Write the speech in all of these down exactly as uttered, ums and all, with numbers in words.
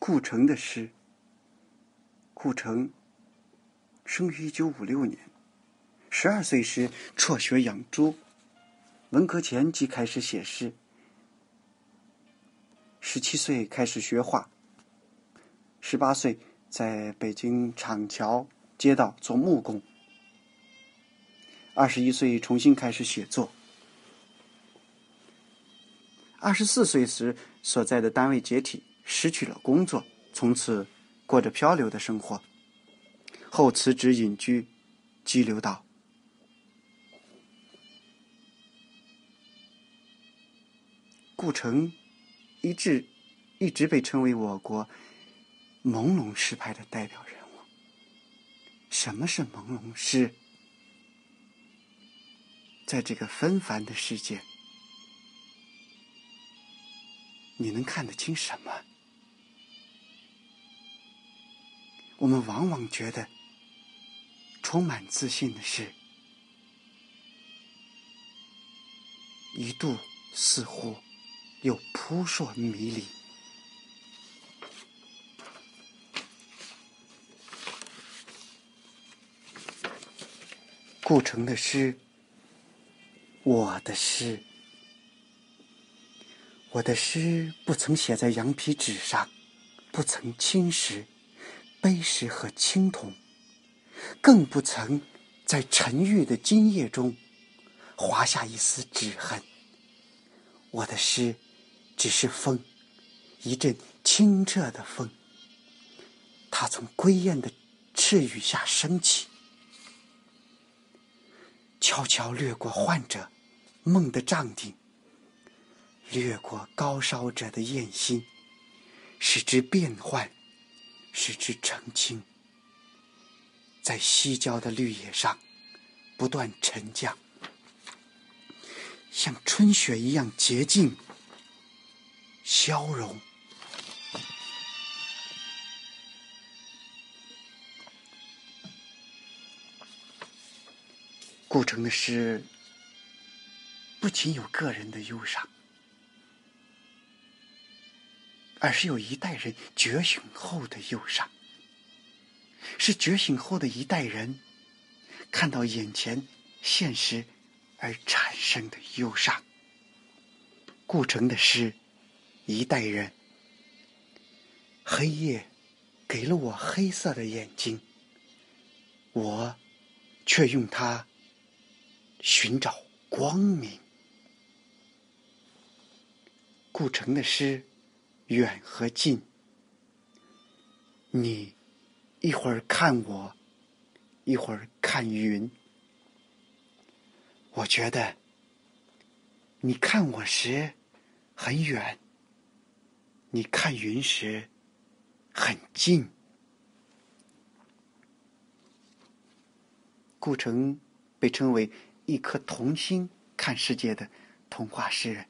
顾城的诗。顾城生于一九五六年，十二岁时辍学养猪，文革前即开始写诗，十七岁开始学画，十八岁在北京厂桥街道做木工，二十一岁重新开始写作。二十四岁时，所在的单位解体，失去了工作，从此过着漂流的生活。后辞职隐居激流岛。顾城一直一直被称为我国朦胧诗派的代表人物。什么是朦胧诗？在这个纷繁的世界，你能看得清什么？我们往往觉得充满自信的事，一度似乎又扑朔迷离。顾城的诗，我的诗。我的诗不曾写在羊皮纸上，不曾侵蚀碑石和青铜，更不曾在沉郁的今夜中划下一丝指痕。我的诗只是风，一阵清澈的风，它从归雁的翅羽下升起，悄悄掠过患者梦的帐顶，掠过高烧者的焰心，使之变幻，使之澄清，在西郊的绿野上不断沉降，像春雪一样洁净消融。顾城的诗不仅有个人的忧伤，而是有一代人觉醒后的忧伤，是觉醒后的一代人看到眼前现实而产生的忧伤。顾城的诗，一代人。黑夜给了我黑色的眼睛，我却用它寻找光明。顾城的诗，远和近。你一会儿看我，一会儿看云。我觉得你看我时很远，你看云时很近。顾城被称为一颗童心看世界的童话诗人，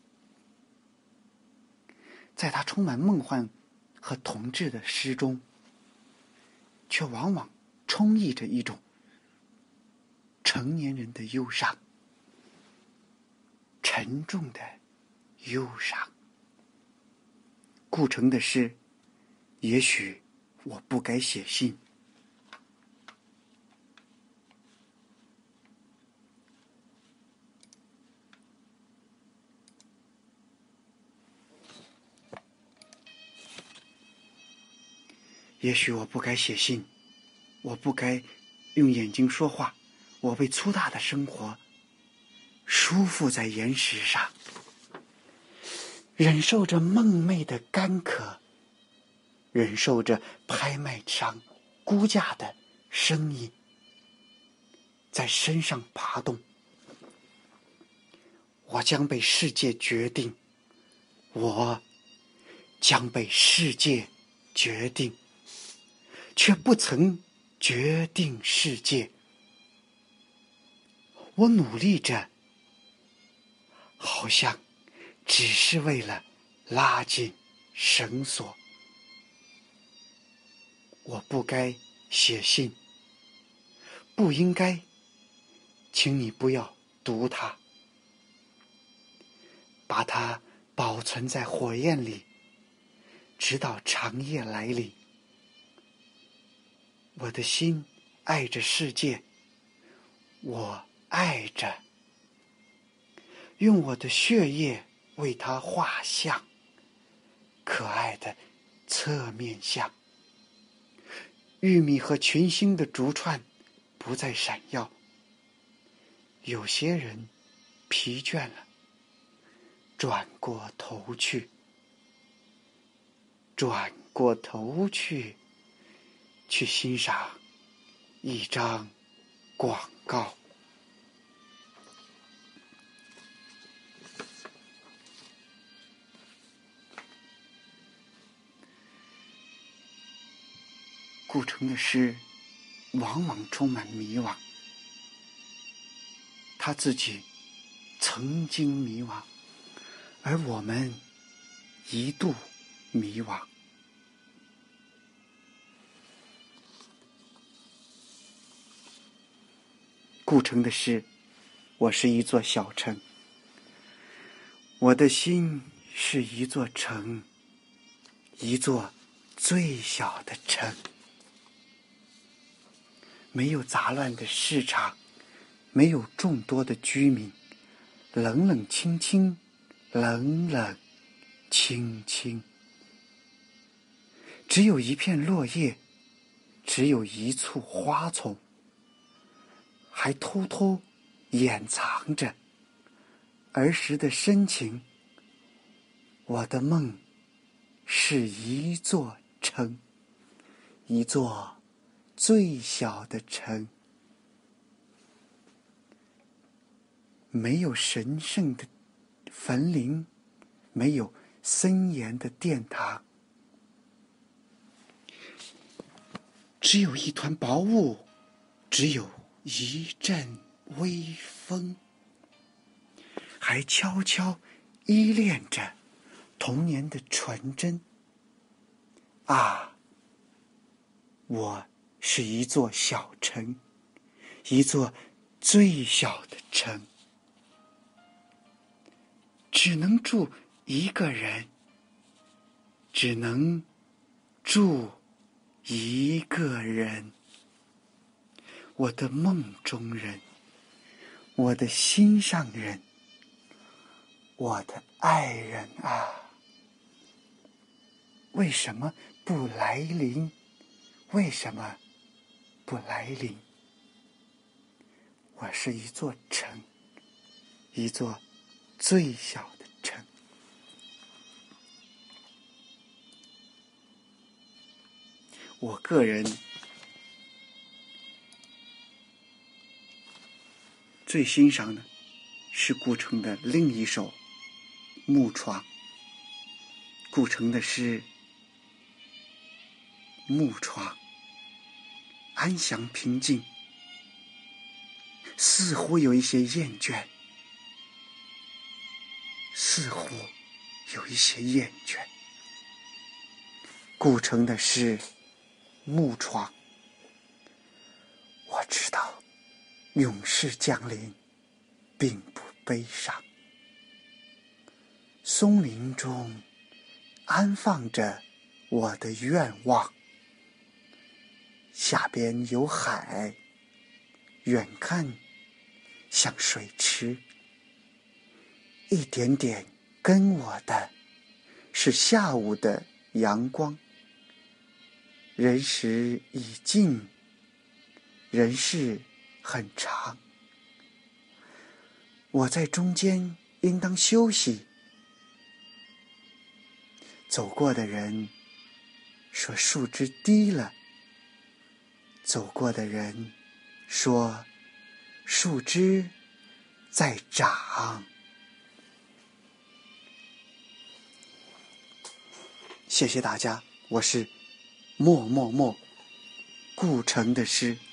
在他充满梦幻和童稚的诗中，却往往充溢着一种成年人的忧伤，沉重的忧伤。顾城的诗，也许我不该写信。也许我不该写信，我不该用眼睛说话，我被粗大的生活束缚在岩石上，忍受着梦寐的干渴，忍受着拍卖上估价的声音在身上爬动。我将被世界决定，我将被世界决定，却不曾决定世界。我努力着，好像只是为了拉紧绳索。我不该写信，不应该，请你不要读它，把它保存在火焰里， 直到长夜来临。我的心爱着世界，我爱着，用我的血液为它画像，可爱的侧面像。玉米和群星的烛串不再闪耀，有些人疲倦了，转过头去，转过头去，去欣赏一张广告。顾城的诗往往充满迷惘，他自己曾经迷惘，而我们一度迷惘。顾城的诗，我是一座小城，我的心是一座城，一座最小的城。没有杂乱的市场，没有众多的居民，冷冷清清，冷冷清清。只有一片落叶，只有一簇花丛，还偷偷掩藏着儿时的深情。我的梦是一座城，一座最小的城，没有神圣的坟陵，没有森严的殿堂，只有一团薄雾，只有一阵微风，还悄悄依恋着童年的纯真。啊，我是一座小城，一座最小的城，只能住一个人，只能住一个人。我的梦中人，我的心上人，我的爱人啊，为什么不来临？为什么不来临？我是一座城，一座最小的城。我个人最欣赏的是顾城的另一首《木床》。顾城的诗木床安详平静，似乎有一些厌倦，似乎有一些厌倦。顾城的诗木床，我知道永世降临并不悲伤。松林中安放着我的愿望，下边有海，远看像水池，一点点跟我的是下午的阳光。人时已尽，人世很长，我在中间应当休息。走过的人说树枝低了，走过的人说树枝在长。谢谢大家，我是默默默顾城的诗。